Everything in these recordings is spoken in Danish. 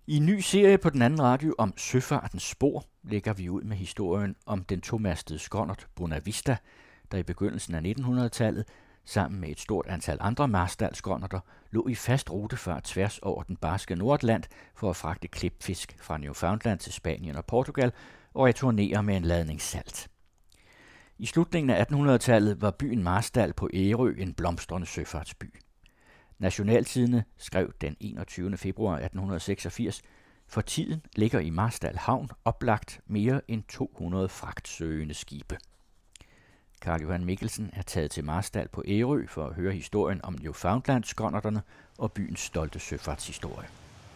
I en ny serie på den anden radio om søfartens spor lægger vi ud med historien om den tomastede skonnert Bonavista, der i begyndelsen af 1900-tallet sammen med et stort antal andre marstalskonnerter lå i fast rutefart tværs over den barske Nordatlant for at fragte klipfisk fra Newfoundland til Spanien og Portugal og returnere med en ladning salt. I slutningen af 1800-tallet var byen Marstal på Ærø en blomstrende søfartsby. Nationaltidende skrev den 21. februar 1886, for tiden ligger i Marstal Havn oplagt mere end 200 fragtsøgende skibe. Carl Johan Mikkelsen er taget til Marstal på Ærø for at høre historien om Newfoundland-skonnerterne og byens stolte søfartshistorie.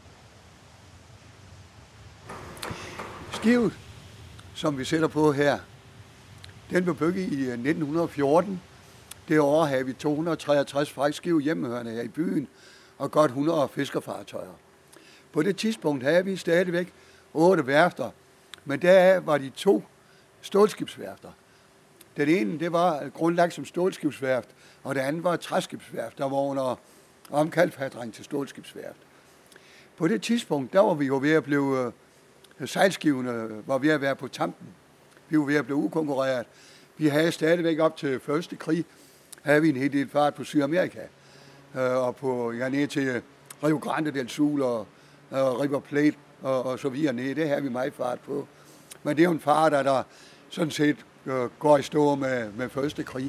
Skibet, som vi sætter på her, den blev bygget i 1914. Det år havde vi 263 fragtskibe hjemmehørende her i byen og godt 100 fiskerfartøjer. På det tidspunkt havde vi stadigvæk 8 værfter, men deraf var de 2 stålskibsværfter. Den ene det var grundlagt som stålskibsværft, og det andet var et træskibsværft, der var under omkalfatring til stålskibsværft. På det tidspunkt, der var vi jo ved at blive, sejlskibene var ved at være på tampen. Vi var ved at blive ukonkurreret. Vi havde stadigvæk op til første krig, havde vi en hel del fart på Sydamerika, og på ned til Rio Grande del Sul og River Plate og så videre ned. Det havde vi meget fart på. Men det er jo en fart, der sådan set går i stå med første krig.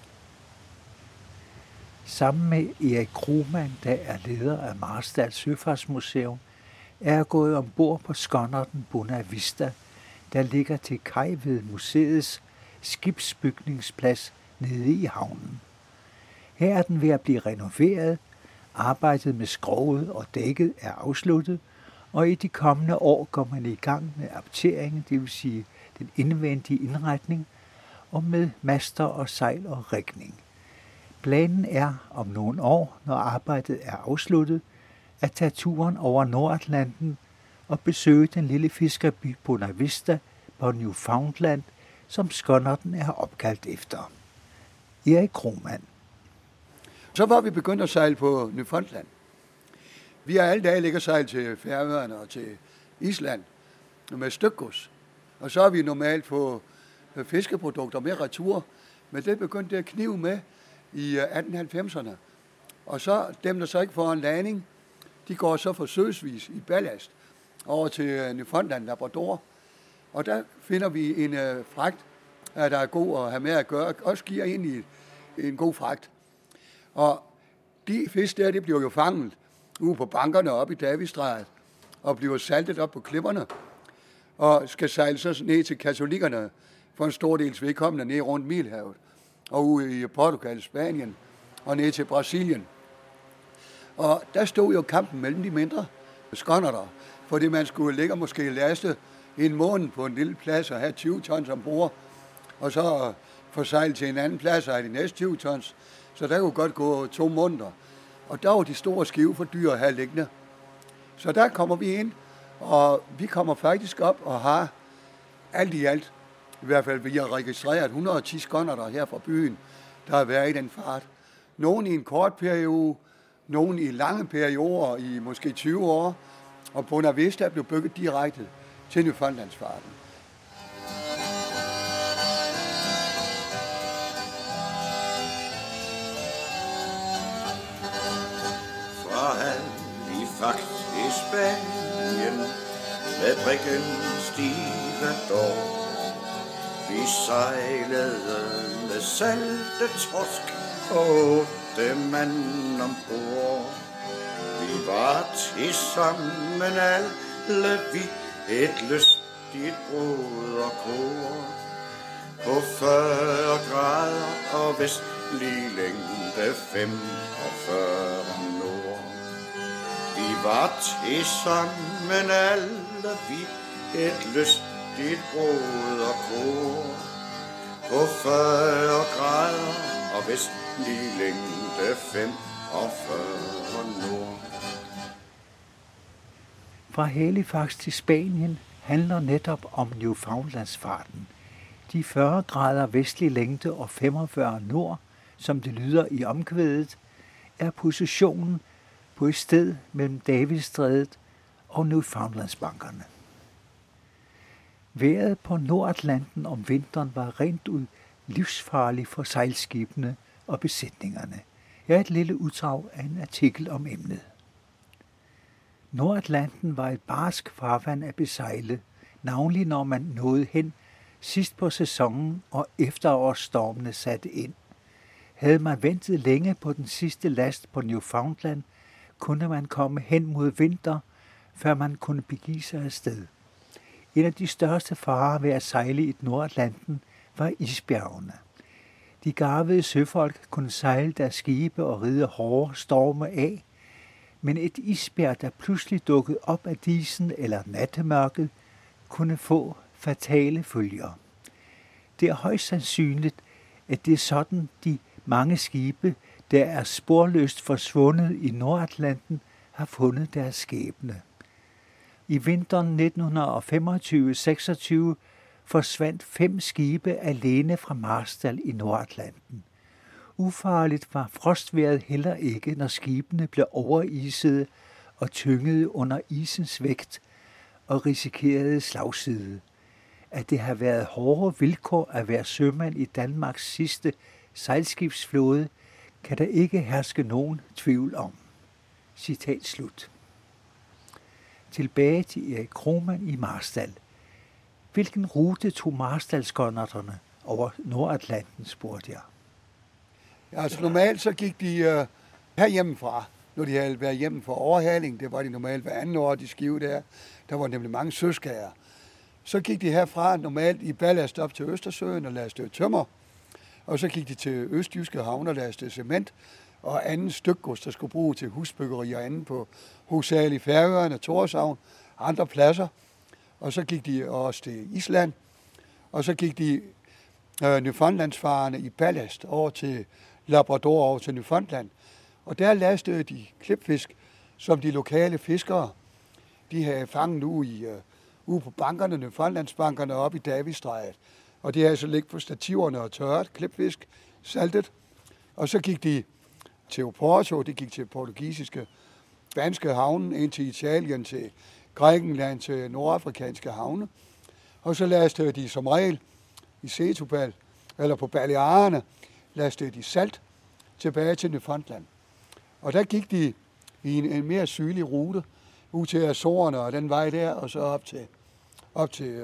Sammen med Erik Krohmann, der er leder af Marstal Søfartsmuseum, er jeg gået ombord på skonnerten Bonavista, der ligger til kaj ved museets skibsbygningsplads nede i havnen. Her er den ved at blive renoveret, arbejdet med skroget og dækket er afsluttet, og i de kommende år går man i gang med apteringen, det vil sige den indvendige indretning, og med master og sejl og rigning. Planen er om nogle år, når arbejdet er afsluttet, at tage turen over Nordatlanten og besøge den lille fiskerby Bonavista på Newfoundland, som skonnerten er opkaldt efter. Erik Krohmann. Så var vi begyndt at sejle på Newfoundland. Vi har alle dage ligget sejl til Færøerne og til Island med stykgods. Og så har vi normalt på fiskeprodukter med retur, men det begyndte at knive med i 1890'erne. Og så dem, der så ikke får en landing, de går så forsøgsvis i ballast over til Newfoundland, Labrador. Og der finder vi en fragt, der er god at have med at gøre, også giver egentlig en god fragt. Og de fisk der, det bliver jo fanget ude på bankerne oppe i Davisstrædet og bliver saltet op på klipperne og skal sejle så ned til katolikkerne for en stor dels vedkommende ned rundt Middelhavet og ude i Portugal, Spanien og ned til Brasilien. Og der stod jo kampen mellem de mindre skonnerter, fordi man skulle ligge måske laste en måned på en lille plads og have 20 tons ombord, og så få sejl til en anden plads og have de næste 20 tons. Så der kunne godt gå 2 måneder. Og der var de store skive for dyr at have liggende. Så der kommer vi ind, og vi kommer faktisk op og har alt i alt, i hvert fald vi har registreret 110 skonnerter her fra byen, der har været i den fart. Nogle i en kort periode, nogle i lange perioder, i måske 20 år, og Bonavista blev bygget direkte til Newfoundlandsfarten. Fra Halifax i Spanien med brikken stive dår. Vi sejlede med salte torsk og 8 mand ombord. Vi var til sammen alle vi et lystigt broderkor. På 40 grader og vestlig længde 45 nord. Vi var til sammen alle vi et lystigt broderkor. På 40 grader og vestlig længde 45 nord. Fra Halifax til Spanien handler netop om Newfoundlandsfarten. De 40 grader vestlig længde og 45 nord, som det lyder i omkvædet, er positionen på et sted mellem Davisstrædet og Newfoundlandsbankerne. Vejret på Nordatlanten om vinteren var rent ud livsfarligt for sejlskibene og besætningerne. Her er et lille uddrag af en artikel om emnet. Nordatlanten var et barsk farvand at besejle, navnlig når man nåede hen sidst på sæsonen og efterårsstormene satte ind. Havde man ventet længe på den sidste last på Newfoundland, kunne man komme hen mod vinter, før man kunne begive sig afsted. En af de største farer ved at sejle i Nordatlanten var isbjergene. De garvede søfolk kunne sejle deres skibe og ride hårde storme af, men et isbjerg, der pludselig dukkede op af disen eller nattemørket, kunne få fatale følger. Det er højst sandsynligt, at det er sådan, de mange skibe, der er sporløst forsvundet i Nordatlanten, har fundet deres skæbne. I vinteren 1925-26 forsvandt 5 skibe alene fra Marstal i Nordatlanten. Ufarligt var frostvejret heller ikke, når skibene blev overisede og tyngede under isens vægt og risikerede slagside. At det har været hårde vilkår at være sømand i Danmarks sidste sejlskibsflåde, kan der ikke herske nogen tvivl om. Citat slut. Tilbage til Erik Kromann i Marstal. Hvilken rute tog Marstalskonnerterne over Nordatlanten, spurgte jeg. Ja, altså normalt så gik de herhjemmefra, når de havde været hjemme for overhaling. Det var de normalt hver anden år, de skive der. Der var nemlig mange søskager. Så gik de herfra normalt i ballast op til Østersøen og lastede tømmer. Og så gik de til østjyske havne og lastede cement og anden stykgods, der skulle bruge til husbyggeri og anden på hovedsageligt Færøerne, Tórshavn, andre pladser. Og så gik de også til Island, og så gik de Newfoundlandsfarerne i ballast over til Labrador, over til Newfoundland. Og der lastede de klipfisk, som de lokale fiskere, de havde fanget ude på bankerne, Newfoundlandsbankerne op i Davisstrædet. Og de havde så ligget på stativerne og tørret klipfisk, saltet. Og så gik de til Oporto, de gik til portugisiske, spanske havne, ind til Italien, til Grækenland, til nordafrikanske havne. Og så lastede de som regel i Setúbal, eller på Balearerne, lastede de salt tilbage til Newfoundland. Og der gik de i en mere sydlig rute, ud til Azorerne og den vej der, og så op til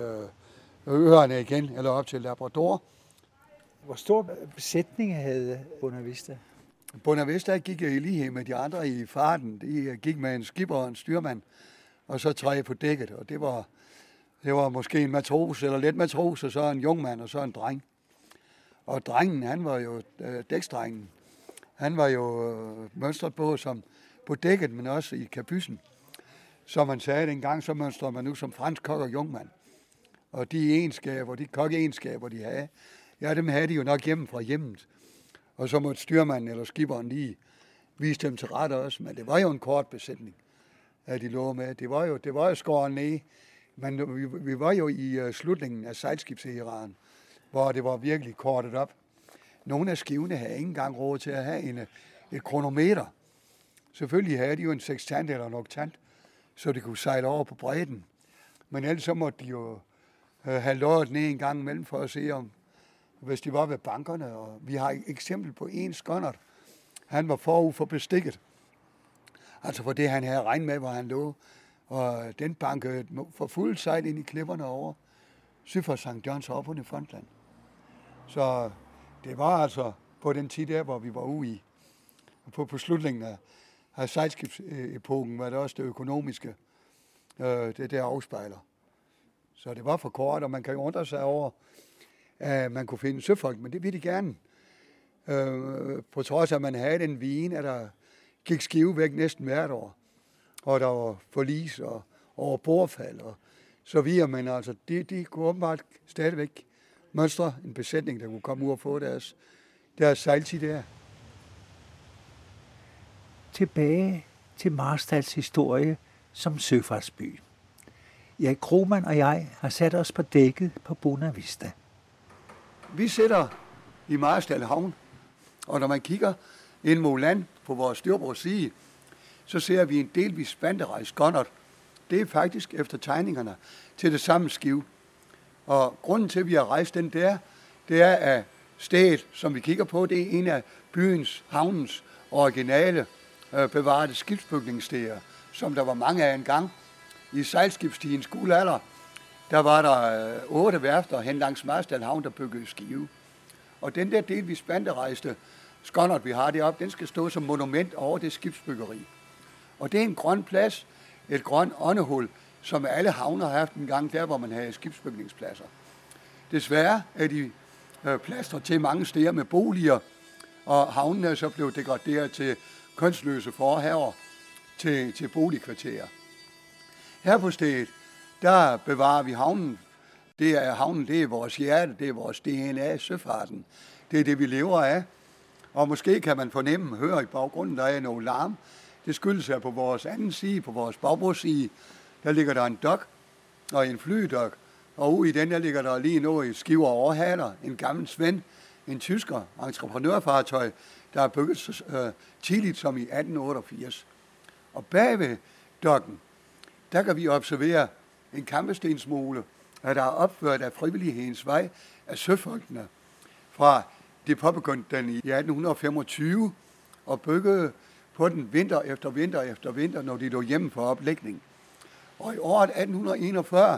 øerne igen, eller op til Labrador. Hvor stor besætning havde Bonavista? Bonavista gik i lighed med de andre i farten. De gik med en skipper og en styrmand, og så 3 på dækket. Og det var måske en matros, eller let matros, og så en jungmand, og så en dreng. Og drengen, han var jo dæksdrengen. Han var jo mønstret på som på dækket, men også i kabyssen. Som man sagde dengang, så mønstrede man nu som fransk kok og jungmand. Og de egenskaber, de kokkeegenskaber, de havde, ja, dem havde de jo nok hjemme fra hjemmet. Og så måtte styrmanden eller skipperen lige vise dem til rette også. Men det var jo en kort besætning, at de lå med. Det var jo skåret ned. Men vi var jo i slutningen af sejlskibsæraen, hvor det var virkelig kortet op. Nogle af skivene havde ikke engang råd til at have et kronometer. Selvfølgelig havde de jo en sextant eller en oktant, så de kunne sejle over på bredden. Men ellers så måtte de jo have løjet ned en gang imellem for at se, om hvis de var ved bankerne. Og vi har et eksempel på en skonnert. Han var forud for bestikket. Altså for det, han havde regnet med, hvor han lå. Og den bankede for fuld sejl ind i klipperne over syd for St. John's over på Newfoundland. Så det var altså på den tid der, hvor vi var ude i. På slutningen af sejlskibsepoken var det også det økonomiske, det der afspejler. Så det var for kort, og man kan jo undre sig over, at man kunne finde søfolk, men det ville de gerne. På trods af, at man havde den viden, at der gik skive væk næsten hvert år. Og der var forlis og over bordfald og så videre, men altså, de kunne åbenbart stadigvæk mønstre en besætning, der kunne komme ud og få deres sejltid der. Tilbage til Marstals historie som søfartsby. Erik Kromann og jeg har sat os på dækket på Bonavista. Vi sidder i Marstal Havn, og når man kigger ind mod land på vores styrbord side, så ser vi en delvis spanderejs skonnert, det er faktisk efter tegningerne til det samme skib. Og grunden til, at vi har rejst den der, det er, at stedet, som vi kigger på, det er en af byens, havnens originale bevarede skibsbygningssteder, som der var mange af engang. I sejlskibstidens guldalder, der var der 8 værfter hen langs Marstal Havn, der byggede skive. Og den der delvis spanderejste skonnert, vi har deroppe, den skal stå som monument over det skibsbyggeri. Og det er en grøn plads, et grønt åndehul, som alle havner har haft en gang der, hvor man havde skibsbygningspladser. Desværre er de plastret til mange steder med boliger, og havnene er så blevet degraderet til kønsløse forhaver til boligkvarterer. Her på stedet, der bevarer vi havnen. Det er vores hjerte, det er vores DNA, søfarten. Det er det, vi lever af. Og måske kan man høre i baggrunden, der er noget larm. Det skyldes, at på vores anden side, på vores bagbordsside, der ligger der en dok og en flydok. Og ude i den, der ligger der lige noget i skiver og overhaler. En gammel svend, en tysker, entreprenørfartøj, der er bygget så tidligt som i 1888. Og bagved dokken, der kan vi observere en kampestensmole, der er opført af frivillighedens vej af søfolkene. Fra det påbegyndte den i 1825 og byggede på den vinter efter vinter efter vinter, når de lå hjemme for oplægning. Og i året 1841,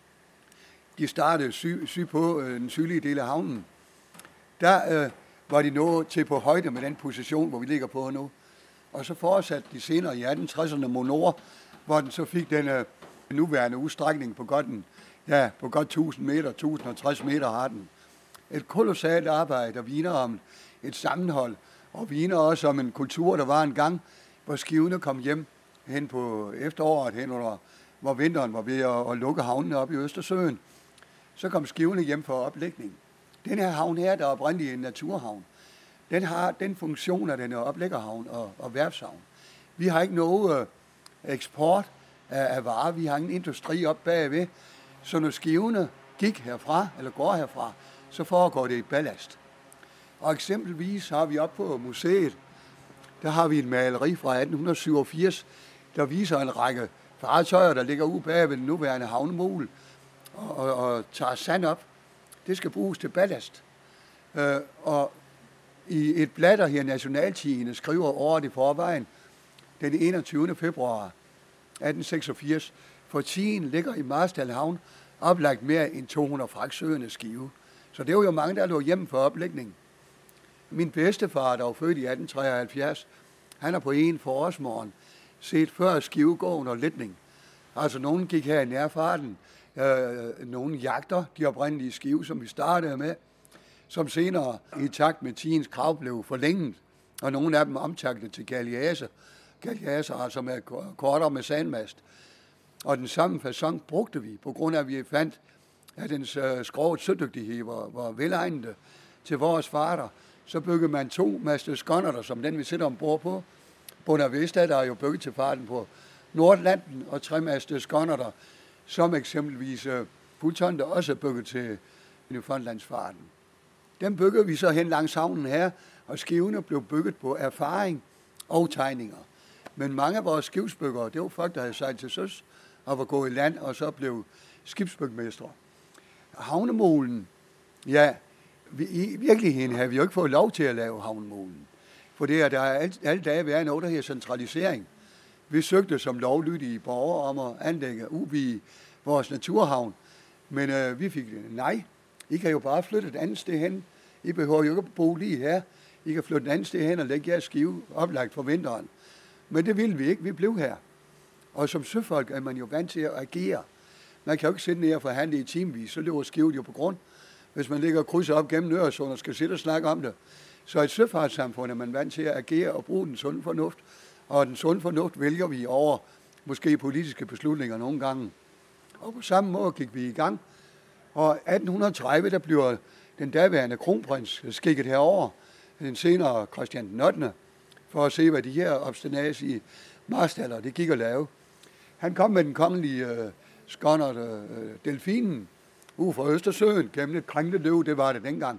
de startede syd på den sydlige del af havnen, der var de nået til på højde med den position, hvor vi ligger på nu. Og så fortsatte de senere i 1860'erne mod nord, hvor den så fik den nuværende udstrækning på godt 1000 meter, 1060 meter har den. Et kolossalt arbejde, der viner om et sammenhold, og viner også om en kultur, der var en gang, hvor skivene kom hjem hen på efteråret, hen under, hvor vinteren var ved at lukke havnene op i Østersøen. Så kom skivene hjem for oplægning. Den her havn her, der er oprindeligt en naturhavn, den har den funktion, at den er oplæggerhavn og værfshavn. Vi har ikke noget eksport af varer, vi har ingen industri op bagved, så når skivene gik herfra, eller går herfra, så foregår det i ballast. Og eksempelvis har vi op på museet, der har vi en maleri fra 1887, der viser en række fartøjer, der ligger ude bag ved den nuværende havnemol og tager sand op. Det skal bruges til ballast. Og i et blad, der her Nationaltidende skriver året i forvejen, den 21. februar 1886, for tiden ligger i Marstal Havn oplagt mere end 200 fragtsøgende skive. Så det var jo mange, der lå hjemme for oplægning. Min bedstefar, der var født i 1873, han har på en forårsmorgen set før skivegården og lætning. Altså nogen gik her i nærfarten, nogen jagter de oprindelige skive, som vi startede med, som senere i takt med tidens krav blev forlænget, og nogle af dem omtaklet til galliaser. Galliaser altså med kortere med sandmast. Og den samme facon brugte vi, på grund af, at vi fandt, at dens skroget sødygtighed var velegnede til vores farter. Så byggede man 2-mastede skonnerter, som den vi sidder ombord på. Bona Vista, der er jo bygget til farten på Nordatlanten, og 3-mastede skonnerter, som eksempelvis Fulton, der også er bygget til Newfoundlandsfarten. Dem byggede vi så hen langs havnen her, og skivene blev bygget på erfaring og tegninger. Men mange af vores skibsbyggere, det var folk, der havde sejlet til søs og var gået i land, og så blev skibsbygmestre. Havnemolen, ja, i virkeligheden havde vi jo ikke fået lov til at lave havnemolen. For der er alle dage været noget, der hedder centralisering. Vi søgte som lovlydige borgere om at anlægge udvide vores naturhavn, men vi fik nej. I kan jo bare flytte et andet sted hen. I behøver jo ikke at bo lige her. I kan flytte et andet sted hen og lægge jeres skive oplagt for vinteren. Men det ville vi ikke. Vi blev her. Og som søfolk er man jo vant til at agere. Man kan jo ikke sidde ned og forhandle i timevis, så løber skivet jo på grund. Hvis man ligger og krydser op gennem Øresund og skal sidde og snakke om det. Så i et søfartssamfund er man vant til at agere og bruge den sunde fornuft. Og den sunde fornuft vælger vi over måske politiske beslutninger nogle gange. Og på samme måde gik vi i gang. Og 1830, der bliver den daværende kronprins skikket herover, den senere Christian den 8., for at se, hvad de her obstinage i Marstaller, det gik at lave. Han kom med den kongelige skonnert Delfinen ude fra Østersøen, gennem et kringlet løv, det var det dengang.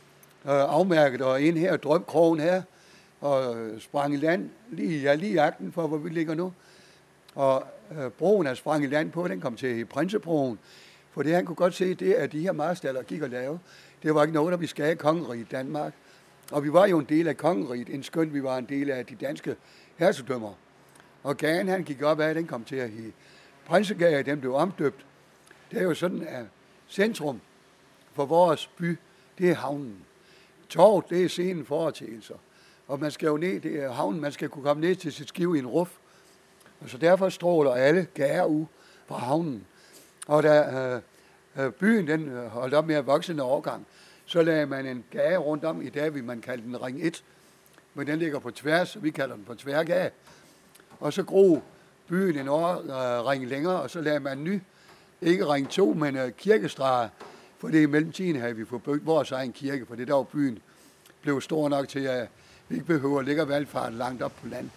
Afmærket og ind her, drømkrogen her, og sprang i land lige i jagten for, hvor vi ligger nu. Og broen er sprang i land på, den kom til Prinsebroen, for det han kunne godt se, det at de her marstalder gik og lave, det var ikke noget, der vi skal have kongeriget Danmark. Og vi var jo en del af kongeriget, en skønt vi var en del af de danske hertugdømmer. Og gaden han gik op af, den kom til at hedde Prinsegade, den blev omdøbt. Det er jo sådan, at centrum for vores by, det er havnen. Torvet, det er scenen foretægelser. Og man skal jo ned, det er havnen, man skal kunne komme ned til sit skib i en ruf. Og så derfor stråler alle gærer ud fra havnen. Og da byen den holdt op med at vokse en overgang, så lagde man en gade rundt om. I dag vil man kalde den Ring 1, men den ligger på tværs, så vi kalder den på tværgade. Og så grog byen en ring længere, og så lagde man ny, ikke Ring 2, men Kirkestrade. For det i mellemtiden havde vi fået bygget vores egen kirke, for det der byen blev stor nok til, at vi ikke behøver at ligge valgfarten langt op på land.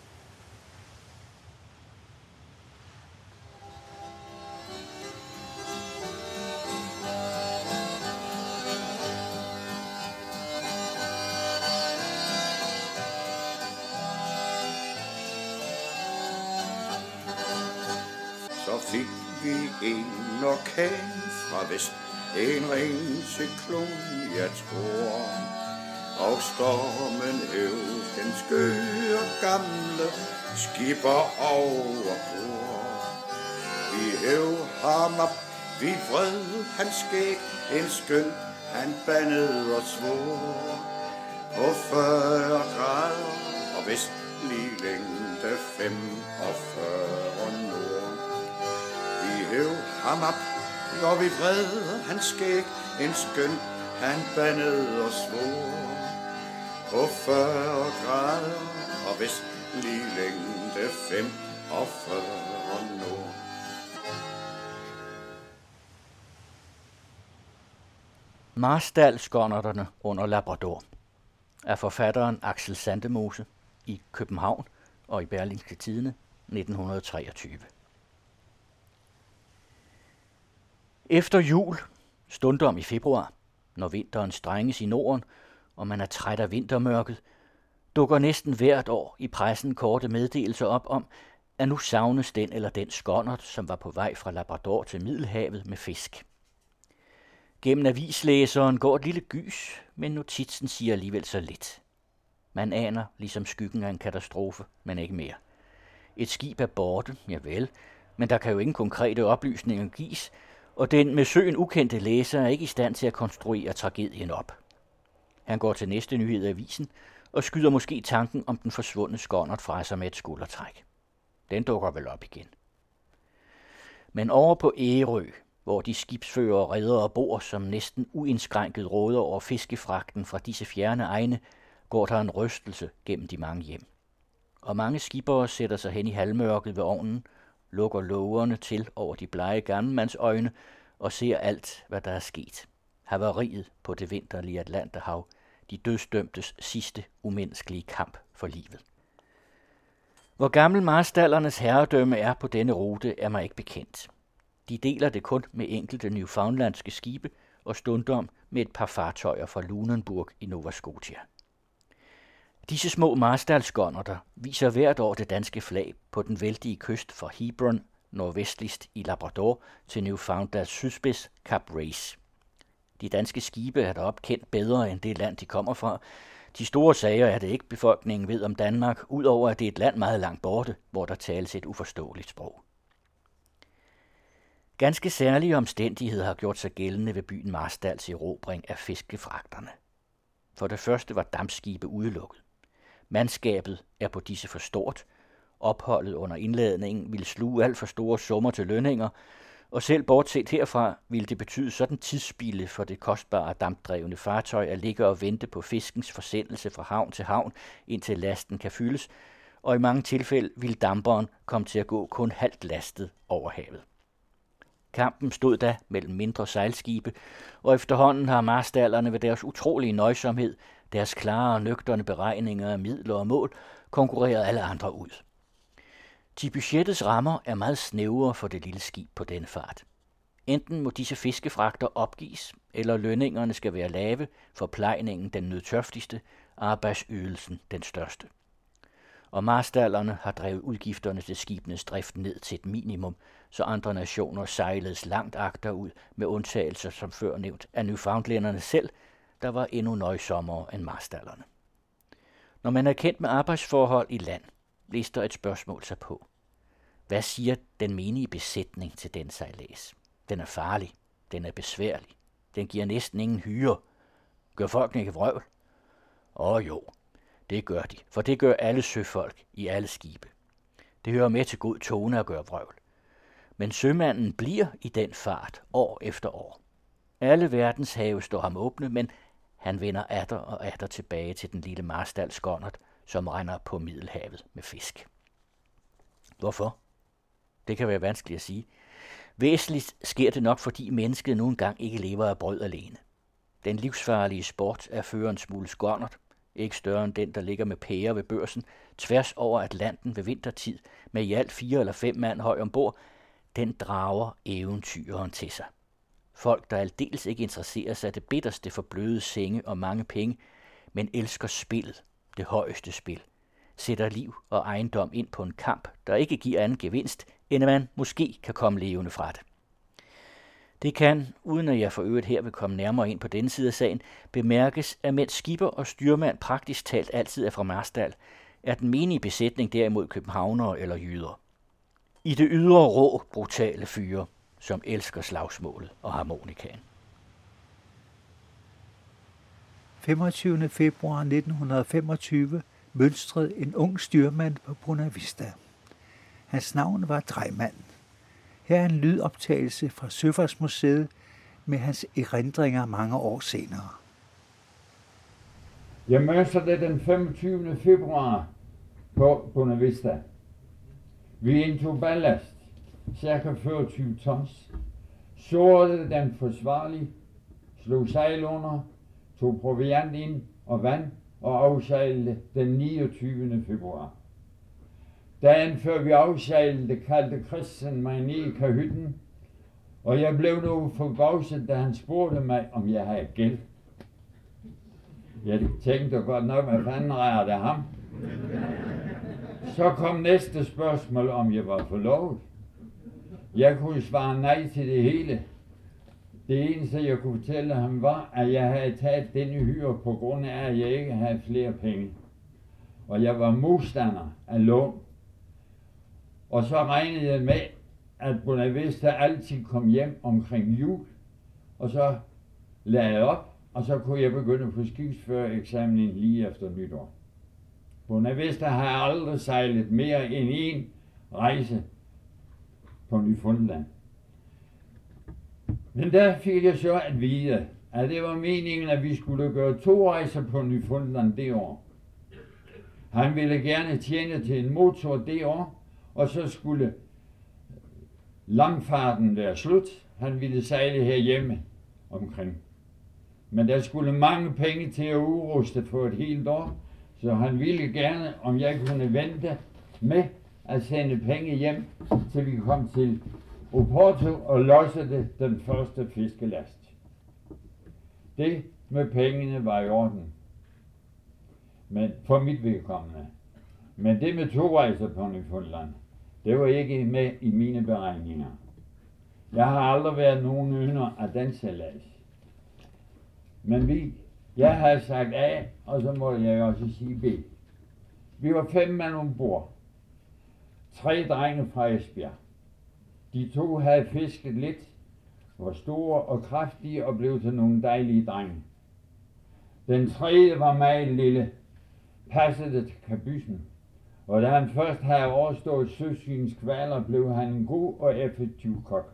Så fik vi en orkan fra vest, en ring cyklon, jeg tror. Og stormen høv den skøre gamle skipper overbord. Vi høv ham op, vi vred hans skæg, en skøn han bandede og svor. På 40 grader og vestlig længde 45 nord. Vi høv ham op, når vi vred hans skæg, en skøn han bandede og svor. På 40 grader og vestlig længde 45 nord. Marstal-skonnerterne under Labrador af forfatteren Axel Sandemose i København og i Berlingske Tidende 1923. Efter jul, stundom i februar, når vinteren strenges i Norden, og man er træt af vintermørket, dukker næsten hvert år i pressen korte meddelelser op om, at nu savnes den eller den skonnert, som var på vej fra Labrador til Middelhavet med fisk. Gennem avislæseren går et lille gys, men notitsen siger alligevel så lidt. Man aner ligesom skyggen af en katastrofe, men ikke mere. Et skib er borte, javel, men der kan jo ingen konkrete oplysninger gives, og den med søen ukendte læser er ikke i stand til at konstruere tragedien op. Han går til næste nyhed i avisen og skyder måske tanken om den forsvundne skonnert fra sig med et skuldertræk. Den dukker vel op igen. Men over på Ærø, hvor de skibsførere, redere og bor, som næsten uindskrænket råder over fiskefragten fra disse fjerne egne, går der en rystelse gennem de mange hjem. Og mange skippere sætter sig hen i halvmørket ved ovnen, lukker lågerne til over de blege gammelmandsøjne og ser alt, hvad der er sket. Havariet på det vinterlige Atlanterhav, de dødsdømtes sidste umenneskelige kamp for livet. Hvor gammel marstallernes herredømme er på denne rute, er mig ikke bekendt. De deler det kun med enkelte newfoundlandske skibe og stundom med et par fartøjer fra Lunenburg i Nova Scotia. Disse små marstalskonnerter viser hvert år det danske flag på den vældige kyst fra Hebron, nordvestligst i Labrador, til Newfoundlands sydspids Cap Race. De danske skibe er deroppe kendt bedre end det land, de kommer fra. De store sager er det ikke, befolkningen ved om Danmark, udover at det er et land meget langt borte, hvor der tales et uforståeligt sprog. Ganske særlige omstændigheder har gjort sig gældende ved byen Marstals erobring af fiskefragterne. For det første var dampskibe udelukket. Mandskabet er på disse for stort. Opholdet under indladningen ville sluge alt for store summer til lønninger, og selv bortset herfra ville det betyde sådan tidsspilde for det kostbare dampdrevne fartøj at ligge og vente på fiskens forsendelse fra havn til havn, indtil lasten kan fyldes, og i mange tilfælde ville damperen komme til at gå kun halvt lastet over havet. Kampen stod da mellem mindre sejlskibe, og efterhånden har marstallerne ved deres utrolige nøjsomhed, deres klare og nøgterne beregninger af midler og mål, konkurreret alle andre ud. Til budgettets rammer er meget snævre for det lille skib på denne fart. Enten må disse fiskefragter opgives, eller lønningerne skal være lave, forplejningen den nødtørftigste, arbejdsydelsen den største. og marstallerne har drevet udgifterne til skibenes drift ned til et minimum, så andre nationer sejledes langt agterud med undtagelser som før nævnt af Newfoundlænderne selv, der var endnu nøjsommere end marstallerne. Når man er kendt med arbejdsforhold i land, lister et spørgsmål sig på. Hvad siger den menige besætning til den sejlads? Den er farlig. Den er besværlig. Den giver næsten ingen hyre. Gør folkene ikke vrøvl? Jo, det gør de, for det gør alle søfolk i alle skibe. Det hører med til god tone at gøre vrøvl. Men sømanden bliver i den fart år efter år. Alle verdens have står ham åbne, men han vender atter og atter tilbage til den lille marstal Skonnert, som render på Middelhavet med fisk. Hvorfor? Det kan være vanskeligt at sige. Væsentligt sker det nok, fordi mennesket nogle gange ikke lever af brød alene. Den livsfarlige sport er føre en smule Skonnert, ikke større end den, der ligger med pærer ved børsen, tværs over Atlanten ved vintertid, med i alt 4 eller 5 mand høj ombord, den drager eventyreren til sig. Folk, der aldeles ikke interesserer sig af det bitterste for bløde senge og mange penge, men elsker spillet, det højeste spil, sætter liv og ejendom ind på en kamp, der ikke giver anden gevinst, end at man måske kan komme levende fra det. Det kan, uden at jeg for øvrigt her vil komme nærmere ind på denne side af sagen, bemærkes, at mens skipper og styrmand praktisk talt altid er fra Marstal, er den menige besætning derimod københavnere eller jyder. I det ydre rå, brutale fyre, som elsker slagsmålet og harmonikaen. 25. februar 1925 mønstrede en ung styrmand på Bonavista. Hans navn var Drejmand. Her er en lydoptagelse fra Søfartsmuseet med hans erindringer mange år senere. Jeg mønstrede den 25. februar på Bonavista. Vi indtog ballast, ca. 40 tons, sårede den forsvarligt, slog sejl under, tog proviant ind og vand og afsejlede den 29. februar. Dagen før vi afsejlede, kaldte Christian mig ned i kahytten, og jeg blev nu forbavset, da han spurgte mig, om jeg havde gæld. Jeg tænkte godt nok, hvad fanden rejer det ham? Så kom næste spørgsmål, om jeg var forlovet. Jeg kunne svare nej til det hele. Det eneste, jeg kunne fortælle ham, var, at jeg havde taget denne hyre på grund af, at jeg ikke havde flere penge. Og jeg var modstander af lån. Og så regnede jeg med, at Bonavista altid kom hjem omkring jul, og så lagde jeg op, og så kunne jeg begynde på skibsførereksamen lige efter nytår. Bonavista har aldrig sejlet mere end en rejse på Newfoundland. Men der fik jeg så at vide, at det var meningen, at vi skulle gøre 2 rejser på Newfoundland det år. Han ville gerne tjene til en motor det år, og så skulle langfarten være slut. Han ville sejle herhjemme omkring. Men der skulle mange penge til at udruste for et helt år, så han ville gerne, om jeg kunne vente med at sende penge hjem, til vi kom til Oporto og lossede den første fiskelast. Det med pengene var i orden, men for mit vedkommende. Men det med 2 rejser på Newfoundland, det var ikke med i mine beregninger. Jeg har aldrig været nogen ynder af den sejlads. Men jeg havde sagt A, og så må jeg også sige B. Vi var 5 mand ombord. 3 drenge fra Esbjerg. De 2 havde fisket lidt, var store og kraftige og blev til nogle dejlige drenge. Den 3. var meget lille, passede til kabysen, og da han først havde overstået søsynens kvaler, blev han en god og effektiv kok.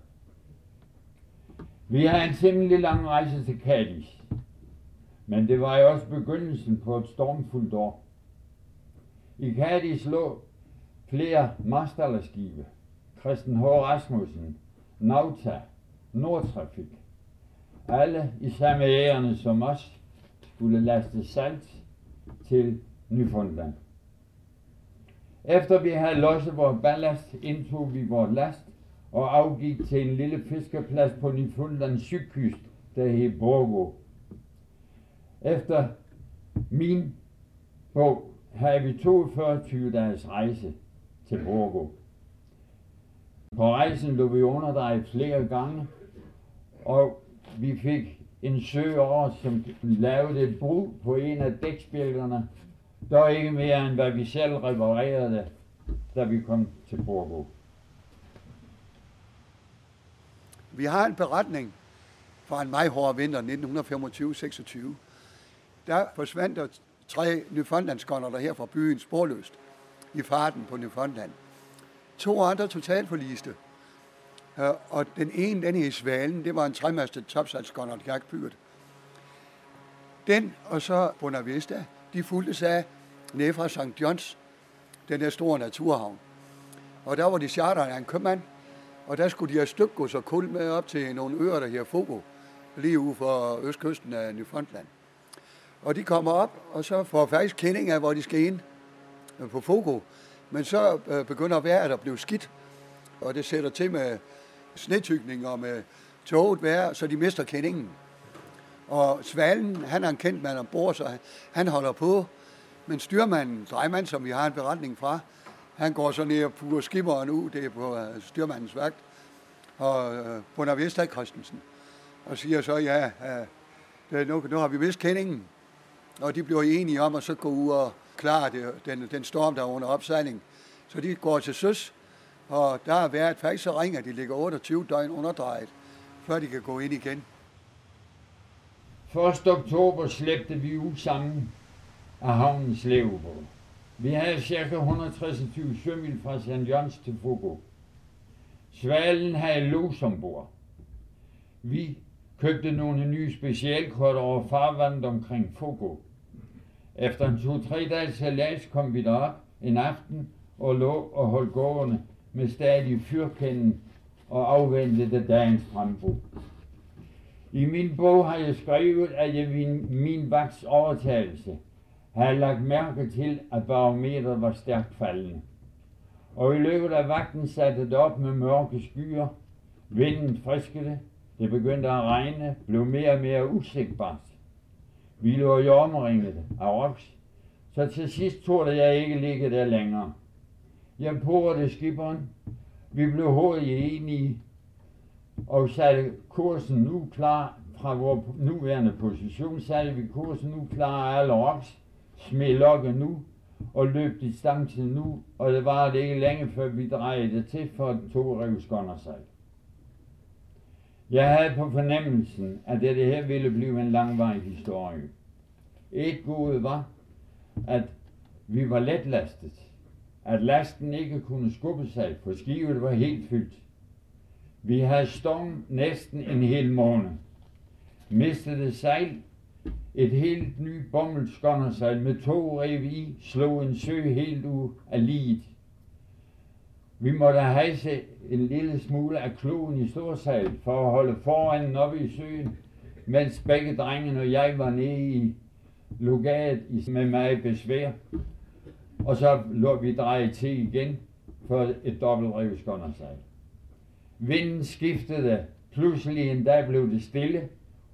Vi havde en temmelig lang rejse til Cadiz, men det var jo også begyndelsen på et stormfuldt år. I Cadiz lå flere marstallerskibe, Christen H. Rasmussen, Nauta, Nordtrafik. Alle i samme ærende som os skulle laste salt til Newfoundland. Efter vi havde losset vores ballast, indtog vi vores last og afgik til en lille fiskerplads på Newfoundlands sydkyst, der hed Borgo. Efter min bog havde vi 42 dages rejse til Borgo. På rejsen lå vi underdrejet flere gange, og vi fik en sø over, som lavede et brud på en af dækspjælkerne. Der var ikke mere end hvad vi selv reparerede, da vi kom til Borgo. Vi har en beretning fra en meget hård vinter 1925-26. Der forsvandt der 3 Newfoundlandskonner her fra byen sporløst i farten på Newfoundland. 2 andre totalt forliste. Og den ene, den i Svalen, det var en 3-mastet topsejlskonner, der ikke bygget. Den og så Bonavista, de fulgtes af nede fra St. John's, den der store naturhavn. Og der var de charteret af en købmand, og der skulle de have stykgods og kul med op til nogle øer, der her Fogo, lige ude for østkysten af Newfoundland. Og de kommer op, og så får faktisk kending af, hvor de skal ind på Fogo. Men så begynder vejret at blive skidt, og det sætter til med snetykning og med tåget vejr, så de mister kendingen. Og Svalen, han er en kendt mand ombord, så han holder på. Men styrmanden, Drejmand, som vi har en beretning fra, han går så ned og puger skipperen ud, det er på styrmandens vagt, og Bonavista Christensen, og siger så, ja, nu har vi vist kendingen. Og de bliver enige om at så gå ud og klare den storm, der er under opsejling. Så de går til søs, og der har været faktisk så ringe, at de ligger 28 døgn underdrejet, før de kan gå ind igen. 1. oktober slæbte vi ud sammen af havnens lævebåd. Vi havde ca. 126 sømil fra St. John's til Fogo. Svalen havde los ombord. Vi købte nogle nye specialkort over farvandet omkring Fogo. Efter en 2-3 dages sejlads kom vi derop en aften og lå og holdt gående med stadig fyrkænden og afventede dagens frembrud. I min bog har jeg skrevet, at jeg ved min vagts overtagelse havde lagt mærke til, at barometeret var stærkt faldende. Og i løbet af vagten satte det op med mørke skyer. Vinden friskede, det begyndte at regne, blev mere og mere usigtbart. Vi lå i omringet af roks, så til sidst turde jeg ikke ligge der længere. Jeg pårede skipperen. Vi blev hurtigt enige og satte kursen nu klar fra vores nuværende position. Satte vi kursen nu klar af alle roks, smed lokket nu og løb distancen nu, og det var det ikke længe før vi drejede det til for 2 revskondersejl. Jeg havde på fornemmelsen, at det her ville blive en langvarig historie. Et gode var, at vi var letlastet, at lasten ikke kunne skubbe sig, for skibet var helt fyldt. Vi havde storm næsten en hel måned. Mistede sejl, et helt ny bommelskondersejl med 2 rev i, slog en sø helt ud af liget. Vi måtte hejse en lille smule af klogen i storsejl for at holde foran oppe i søen, mens begge drengene og jeg var nede i lugaret med meget besvær. Og så lå vi dreje til igen for et dobbeltrevskondersejl. Vinden skiftede, pludselig en dag blev det stille,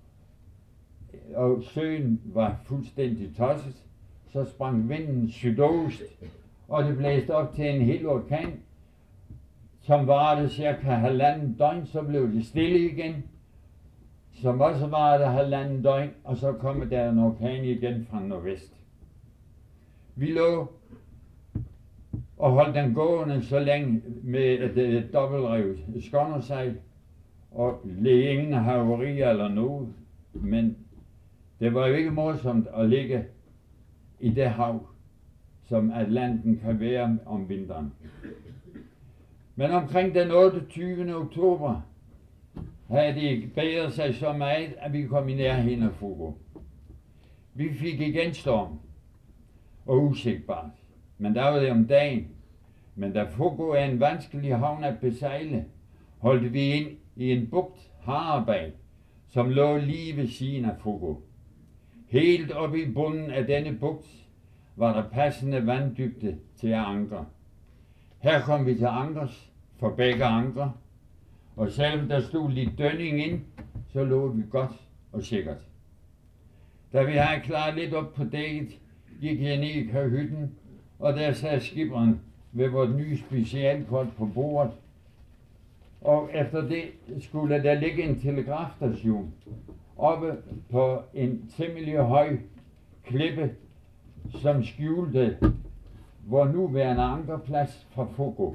og søen var fuldstændig tosset. Så sprang vinden sydøst, og det blæste op til en hel orkan, som varede cirka 1,5 døgn, så blev det stille igen, som også varede 1,5 døgn, og så kom der en orkan igen fra nordvest. Vi lå og holdt den gående så længe med et dobbeltrev skondersejl, og led ingen havarier eller noget, men det var jo ikke morsomt at ligge i det hav, som Atlanten kan være om vinteren. Men omkring den 28. oktober havde det bedret sig så meget, at vi kom i nærheden af Fogo. Vi fik igen storm og usigtbart, men der var det om dagen. Men da Fogo er en vanskelig havn at besejle, holdt vi ind i en bugt Harabag, som lå lige ved siden af Fogo. Helt oppe i bunden af denne bugt var der passende vanddybde til at ankre. Her kom vi til ankers for begge ankre, og selvom der stod lidt dønning ind, så lå vi godt og sikkert. Da vi havde klaret lidt op på dækket, gik jeg ned i kahytten, og der sad skipperen ved vores nye specialkort på bordet. Og efter det skulle der ligge en telegrafstation oppe på en temmelig høj klippe, som skjulte hvor nuværende ankerplads fra Fogo.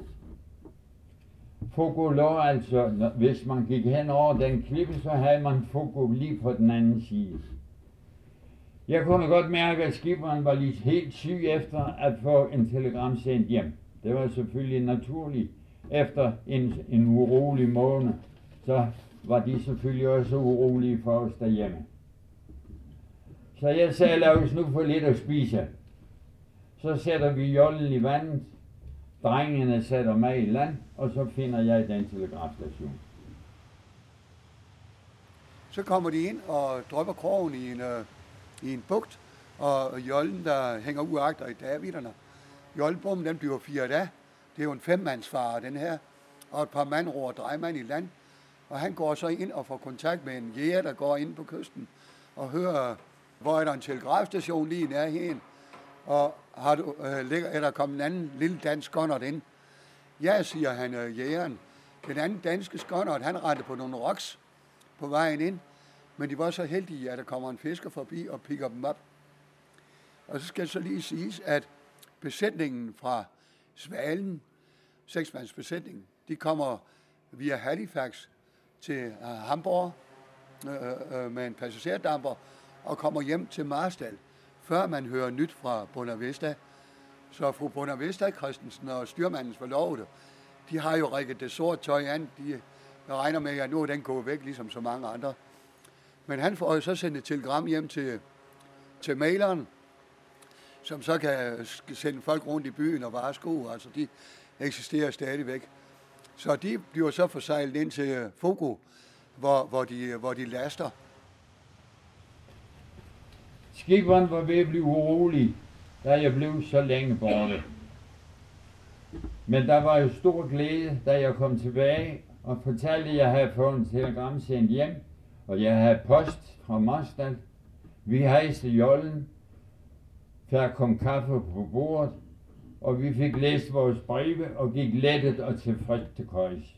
Fogo lå altså, hvis man gik hen over den klippe, så havde man Fogo lige på den anden side. Jeg kunne godt mærke, at skipperen var lige helt syg efter at få en telegram sendt hjem. Det var selvfølgelig naturligt. Efter en urolig måned, så var de selvfølgelig også urolige for os derhjemme. Så jeg sagde, lad os nu få lidt at spise. Så sætter vi jollen i vandet, drengene sætter mig i land, og så finder jeg den telegrafstation. Så kommer de ind og dropper krogen i en bugt, og jollen, der hænger uagter i Daviderne. Joldbommen, den bliver firet af. Det er jo en 5-mandsfare, den her, og et par mand roer drejmand i land. Og han går så ind og får kontakt med en jæger, der går ind på kysten, og hører, hvor er der en telegrafstation lige i nærheden, og er der kommet en anden lille dansk skonnert ind. Ja, siger han, jægeren. Den anden danske skonnert, han rettede på nogle rocks på vejen ind, men de var så heldige, at der kommer en fisker forbi og picker dem op. Og så skal det så lige siges, at besætningen fra Svalen, 6-mands besætning, de kommer via Halifax til Hamburg med en passagerdamper og kommer hjem til Marstal, før man hører nyt fra Bonavista. Så fru Bonavista Christensen og styrmandens forlovede, de har jo rækket det sorte tøj an. De regner med, at nu er den gået væk, ligesom så mange andre. Men han får jo så sendt et telegram hjem til maileren, som så kan sende folk rundt i byen og varesko. Altså, de eksisterer stadigvæk. Så de bliver så forsejlet ind til Fogo, hvor de laster. Skipperen var ved at blive urolig, da jeg blev så længe borte. Men der var jo stor glæde, da jeg kom tilbage og fortalte, at jeg havde fået en telegram sendt hjem, og jeg havde post fra Marstal. Vi hejste jollen, der kom kaffe på bordet, og vi fik læst vores breve og gik lettet og tilfreds til køjs.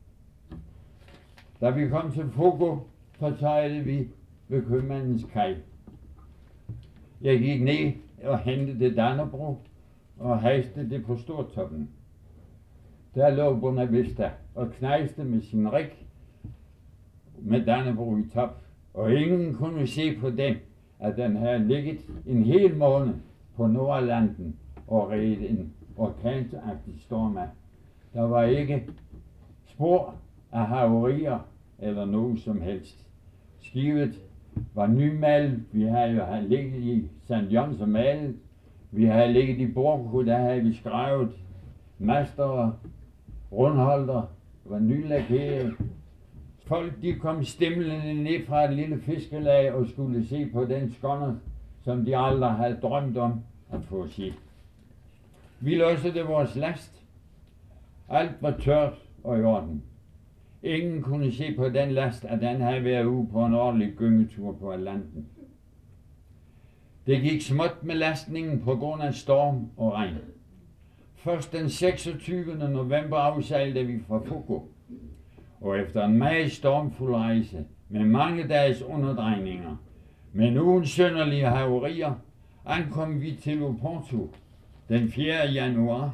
Da vi kom til Fogo, fortøjede vi ved købmandens kaj. Jeg gik ned og hentede Dannebrog og hejste det på Stortoppen. Der lå Bonavista og knejste med sin rig med Dannebrog i top, og ingen kunne se på den, at den havde ligget en hel måned på Nordatlanten og redet en orkanagtig storm af. Der var ikke spor af haverier eller noget som helst. Skibet var nymalet. Vi havde jo ligget i St. Johns og malet. Vi havde ligget i Borgo, der havde vi skrevet master og rundholder, var nylakeret. Folk de kom stimlende ned fra et lille fiskelag og skulle se på den skonnert, som de aldrig havde drømt om at få se. Vi løsede vores last. Alt var tørt og i orden. Ingen kunne se på den last, at den havde været ude på en ordentlig gyngetur på Atlanten. Det gik småt med lastningen på grund af storm og regn. Først den 26. november afsejlede vi fra Fogo, og efter en meget stormfuld rejse med mange dages underdrejninger, men uden synderlige haverier, ankom vi til Oporto den 4. januar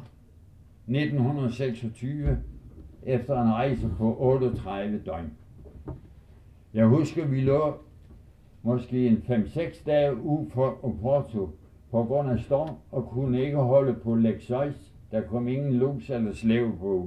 1926 efter en rejse på 38 døgn. Jeg husker, vi lå måske en 5-6 dage ude for Oporto på grund af storm og kunne ikke holde på Lexøjs. Der kom ingen lus eller slæve på.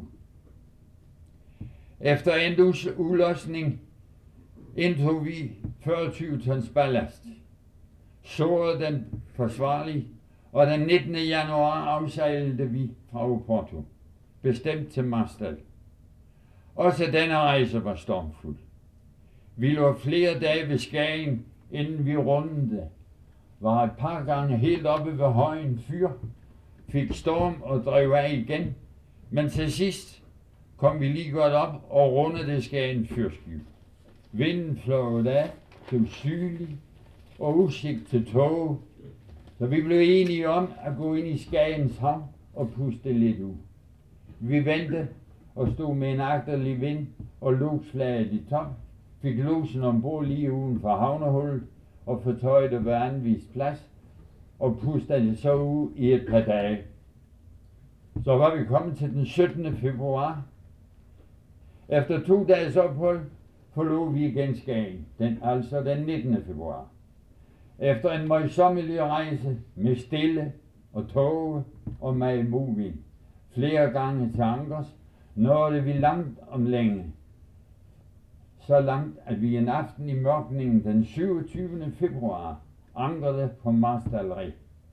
Efter endt udløsning indtog vi 40 tons ballast. Sårede den forsvarlig, og den 19. januar afsejlede vi fra Oporto, bestemt til Marstal. Også denne rejse var stormfuld. Vi lå flere dage ved Skagen, inden vi rundede. Var et par gange helt oppe ved højen fyr, fik storm og drev af igen, men til sidst kom vi lige godt op og rundede Skagen fyrsky. Vinden flåede af, blev sygelig og udsigt til tåge. Så vi blev enige om at gå ind i Skagens havn og puste lidt ud. Vi vendte og stod med en agterlig vind og lodsflaget i tom, fik lodsen ombord lige uden for havnehullet og fortøjede hver anvist plads og pustede det så ud i et par dage. Så var vi kommet til den 17. februar. Efter 2 dages ophold forlod vi igen Skagen, altså den 19. februar. Efter en møjsommelig rejse med stille og tåge og med modvind, flere gange til ankers, nåede vi langt om længe. Så langt, at vi en aften i mørkningen den 27. februar ankrede på Marstal Rev.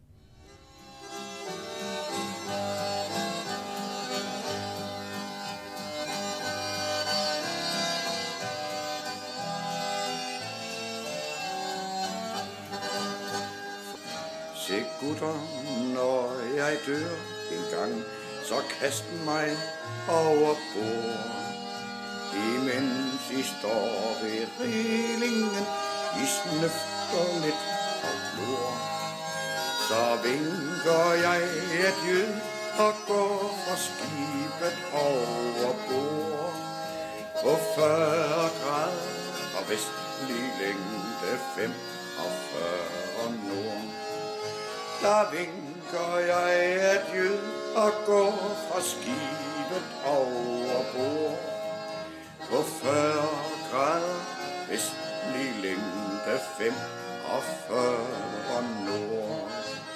Se gutter, når jeg dør en gang, så kast mig over bord. Imens I står ved relingen, I snøfter lidt og glor. Så vinker jeg adjø og går fra skibet over bord. På 40 grader og vestlig længde 45 nord. Der vinker jeg adjø og går fra skibet over bord. På 40 grader vestlig længde 45 nord.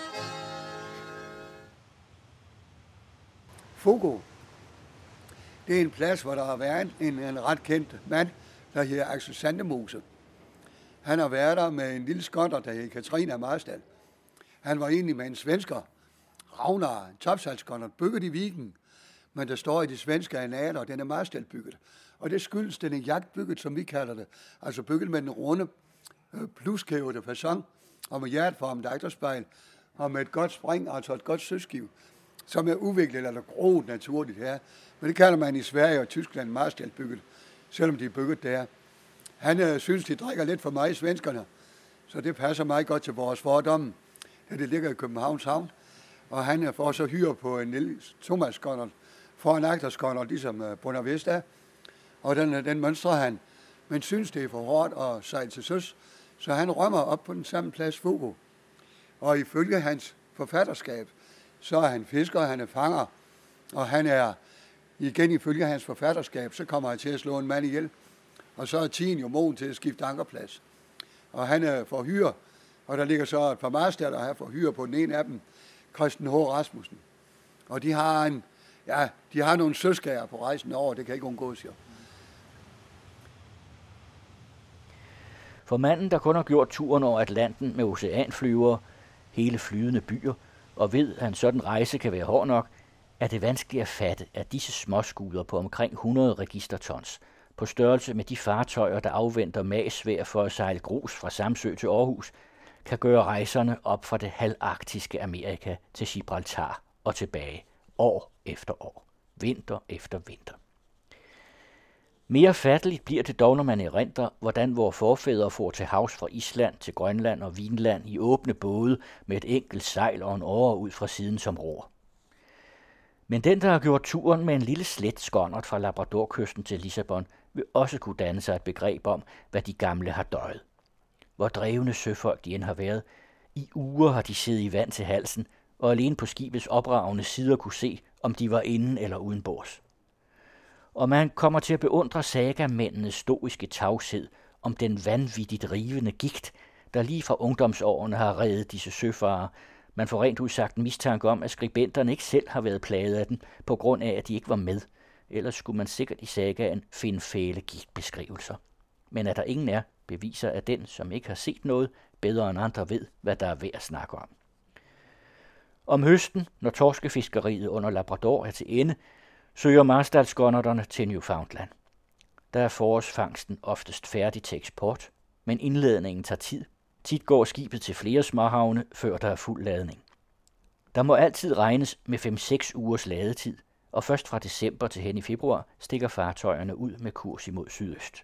Fogo. Det er en plads, hvor der har været en ret kendt mand, der hedder Axel Sandemose. Han har været der med en lille skotter, der hedder Katrine af Marstal. Han var egentlig med en svensker, Ragnar, en topsalsskonnert, bygget i Viken, men der står i de svenske annaler, og den er Marstal bygget. Og det skyldes, den er jagtbygget, som vi kalder det, altså bygget med den runde pluskævede facon, og med hjerteformet agterspejl, og med et godt spring, altså et godt søskiv, som er udviklet eller groet naturligt her. Men det kalder man i Sverige og Tyskland Marstal bygget, selvom de er bygget der. Han synes, de drikker lidt for meget, svenskerne, så det passer meget godt til vores fordomme. Det ligger i Københavns Havn, og han får så hyre på en lille Thomas-skonnert, for en agterskonnert, ligesom Bonavista, og den mønstrer han, men synes, det er for hårdt at sejle til søs, så han rømmer op på den samme plads, Fogo. Og ifølge hans forfatterskab, så er han fisker, han er fanger, og han er, igen ifølge hans forfatterskab, så kommer han til at slå en mand ihjel, og så er tiden jo moden til at skifte ankerplads. Og han får hyre, og der ligger så et par marstaller her for hyre på den ene af dem, Christen H. Rasmussen. Og de har nogle søskager på rejsen over, det kan ikke undgås jo. For manden, der kun har gjort turen over Atlanten med oceanflyvere, hele flydende byer, og ved, at en sådan rejse kan være hård nok, er det vanskeligt at fatte, at disse småskuder på omkring 100 registertons, på størrelse med de fartøjer, der afventer magsvær for at sejle grus fra Samsø til Aarhus, kan gøre rejserne op fra det halvarktiske Amerika til Gibraltar og tilbage, år efter år, vinter efter vinter. Mere fatteligt bliver det dog, når man erindrer, hvordan vore forfædre for til havs fra Island til Grønland og Vinland i åbne både med et enkelt sejl og en åre ud fra siden som ror. Men den, der har gjort turen med en lille slet skonnert fra Labradorkysten til Lissabon, vil også kunne danne sig et begreb om, hvad de gamle har døjet. Hvor drevne søfolk de end har været, i uger har de siddet i vand til halsen, og alene på skibets opragende sider kunne se, om de var inden eller udenbords. Og man kommer til at beundre sagamændenes stoiske tavshed om den vanvittigt rivende gigt, der lige fra ungdomsårene har reddet disse søfarere. Man får rent udsagt en mistanke om, at skribenterne ikke selv har været plaget af den, på grund af, at de ikke var med. Ellers skulle man sikkert i sagaen finde fæle gigtbeskrivelser. Men at der ingen er, beviser at den, som ikke har set noget, bedre end andre ved, hvad der er værd at snakke om. Om høsten, når torskefiskeriet under Labrador er til ende, søger Marstal-skonnerterne til Newfoundland. Der er forårsfangsten oftest færdig til eksport, men indladningen tager tid. Tit går skibet til flere småhavne, før der er fuld ladning. Der må altid regnes med 5-6 ugers ladetid, og først fra december til hen i februar stikker fartøjerne ud med kurs imod sydøst.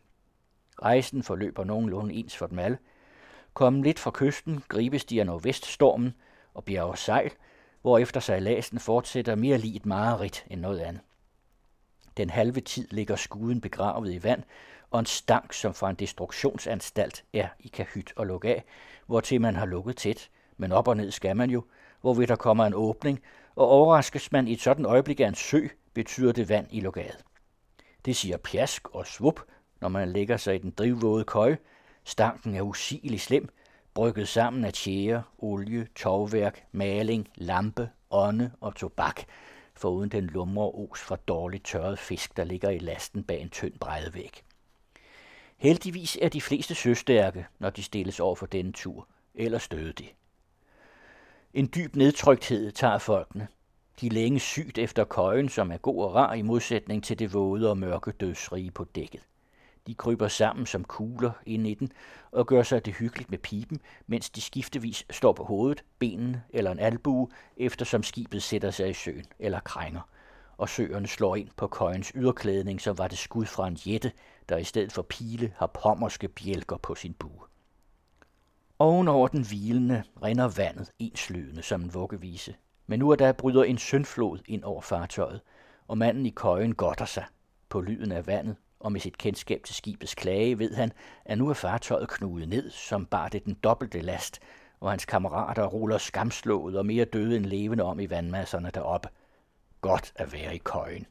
Rejsen forløber nogenlunde ens for dem alle. Kommen lidt fra kysten gribes de af nordveststormen, og bjerger sejl, hvorefter sejladsen fortsætter mere lige et mareridt end noget andet. Den halve tid ligger skuden begravet i vand, og en stank, som fra en destruktionsanstalt, er i kahyt og luk af, hvortil man har lukket tæt, men op og ned skal man jo, hvorved der kommer en åbning, og overraskes man i et sådan øjeblik af en sø, betyder det vand i lukaget. Det siger pjask og svup, når man lægger sig i den drivvåde køje. Stanken er usigelig slem, brygget sammen af tjære, olie, tovværk, maling, lampe, ånde og tobak, foruden den lumre os fra dårligt tørret fisk, der ligger i lasten bag en tynd bræddevæg. Heldigvis er de fleste søstærke, når de stilles over for denne tur, eller stødige. En dyb nedtrykthed tager folkene. De er længe sygt efter køjen, som er god og rar i modsætning til det våde og mørke dødsrige på dækket. De kryber sammen som kugler inde i den og gør sig det hyggeligt med pipen, mens de skiftevis står på hovedet, benene eller en albue, eftersom skibet sætter sig i søen eller krænger, og søerne slår ind på køjens yderklædning, som var det skud fra en jætte, der i stedet for pile har pommerske bjælker på sin bue. Ovenover den hvilende rinder vandet enslydende som en vuggevise, men nu og da bryder en syndflod ind over fartøjet, og manden i køjen godter sig på lyden af vandet, og med sit kendskab til skibets klage ved han, at nu er fartøjet knudet ned, som bar det den dobbelte last, og hans kammerater ruller skamslået og mere døde end levende om i vandmasserne deroppe. Godt at være i køjen.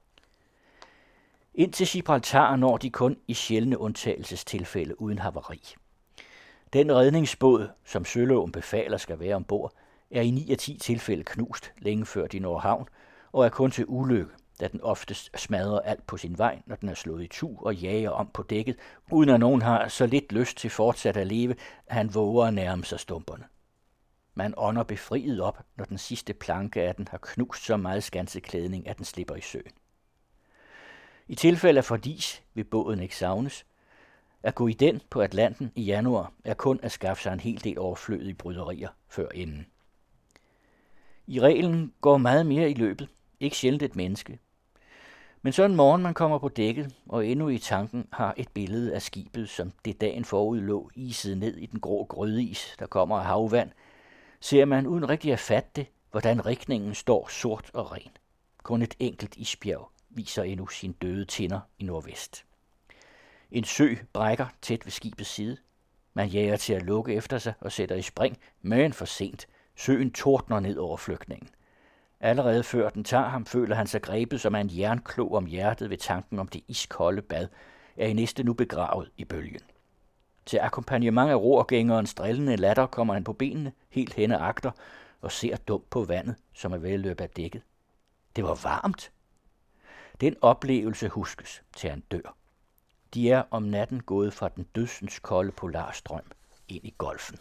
Indtil Gibraltar når de kun i sjældne undtagelsestilfælde uden havari. Den redningsbåd, som søloven befaler skal være ombord, er i 9 af 10 tilfælde knust længe før de når havn, og er kun til ulykke, da den oftest smadrer alt på sin vej, når den er slået i tu og jager om på dækket, uden at nogen har så lidt lyst til fortsat at leve, at han våger at nærme sig stumperne. Man ånder befriet op, når den sidste planke af den har knust så meget skanseklædning, at den slipper i søen. I tilfælde af fordis vil båden ikke savnes. At gå i den på Atlanten i januar er kun at skaffe sig en hel del overflødige bryderier før enden. I reglen går meget mere i løbet, ikke sjældent et menneske. Men så en morgen man kommer på dækket, og endnu i tanken har et billede af skibet, som det dagen forud lå iset ned i den grå grødeis, der kommer af havvand, ser man uden rigtig at fatte det, hvordan rikningen står sort og ren. Kun et enkelt isbjerg viser endnu sine døde tinder i nordvest. En sø brækker tæt ved skibets side. Man jager til at lukke efter sig og sætter i spring, men for sent. Søen tordner ned over flygtningen. Allerede før den tager ham, føler han sig grebet som en jernklo om hjertet ved tanken om det iskolde bad, er i næste nu begravet i bølgen. Til akkompagnement af rorgængerens drillende latter kommer han på benene, helt henne agter, og ser dumt på vandet, som er ved at løbe af dækket. Det var varmt. Den oplevelse huskes, til han dør. De er om natten gået fra den dødsens kolde polarstrøm ind i golfen.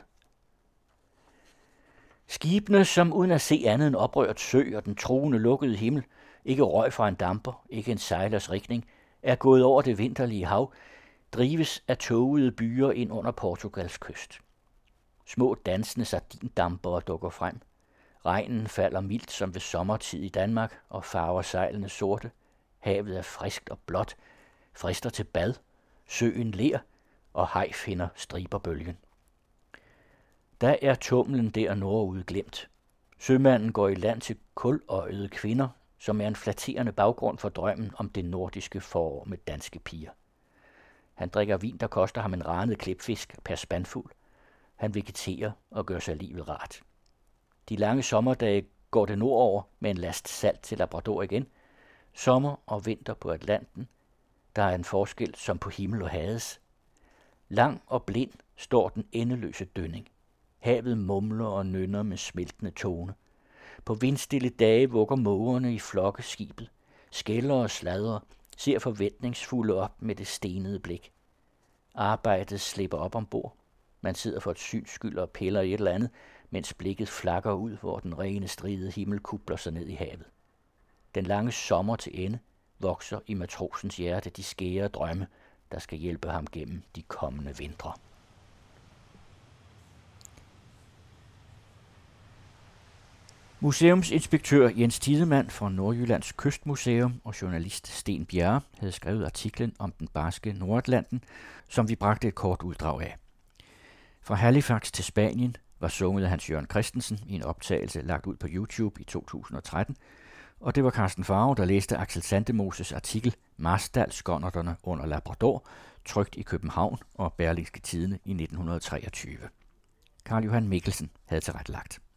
Skibene, som uden at se andet end oprørt sø og den truende lukkede himmel, ikke røg fra en damper, ikke en sejlers rikning, er gået over det vinterlige hav, drives af tågede byer ind under Portugals kyst. Små dansende sardindampere dukker frem. Regnen falder mildt som ved sommertid i Danmark og farver sejlene sorte. Havet er friskt og blåt, frister til bad, søen ler, og hajfinder striber bølgen. Der er tumlen der nordude glemt. Sømanden går i land til kuløjede kvinder, som er en flatterende baggrund for drømmen om det nordiske forår med danske piger. Han drikker vin, der koster ham en ranet klipfisk per spandfuld. Han vegeterer og gør sig livet rart. De lange sommerdage går det nordover med en last salt til Labrador igen. Sommer og vinter på Atlanten. Der er en forskel som på himmel og hades. Lang og blind står den endeløse dønning. Havet mumler og nynner med smeltende tone. På vindstille dage vugger mågerne i flokke skibet. Skælder og sladrer ser forventningsfulde op med det stenede blik. Arbejdet slipper op ombord. Man sidder for et syns skyld og piller i et eller andet, mens blikket flakker ud, hvor den rene stridede himmel kubler sig ned i havet. Den lange sommer til ende vokser i matrosens hjerte de skære drømme, der skal hjælpe ham gennem de kommende vintre. Museumsinspektør Jens Tidemann fra Nordjyllands Kystmuseum og journalist Sten Bjerre havde skrevet artiklen om den barske Nordatlanten, som vi bragte et kort uddrag af. Fra Halifax til Spanien, var sunget af Hans Jørgen Christensen i en optagelse lagt ud på YouTube i 2013, og det var Carsten Faro, der læste Axel Sandemoses artikel Marstal-skonnerterne under Labrador, trykt i København og Berlingske Tidende i 1923. Carl Johan Mikkelsen havde tilrettelagt.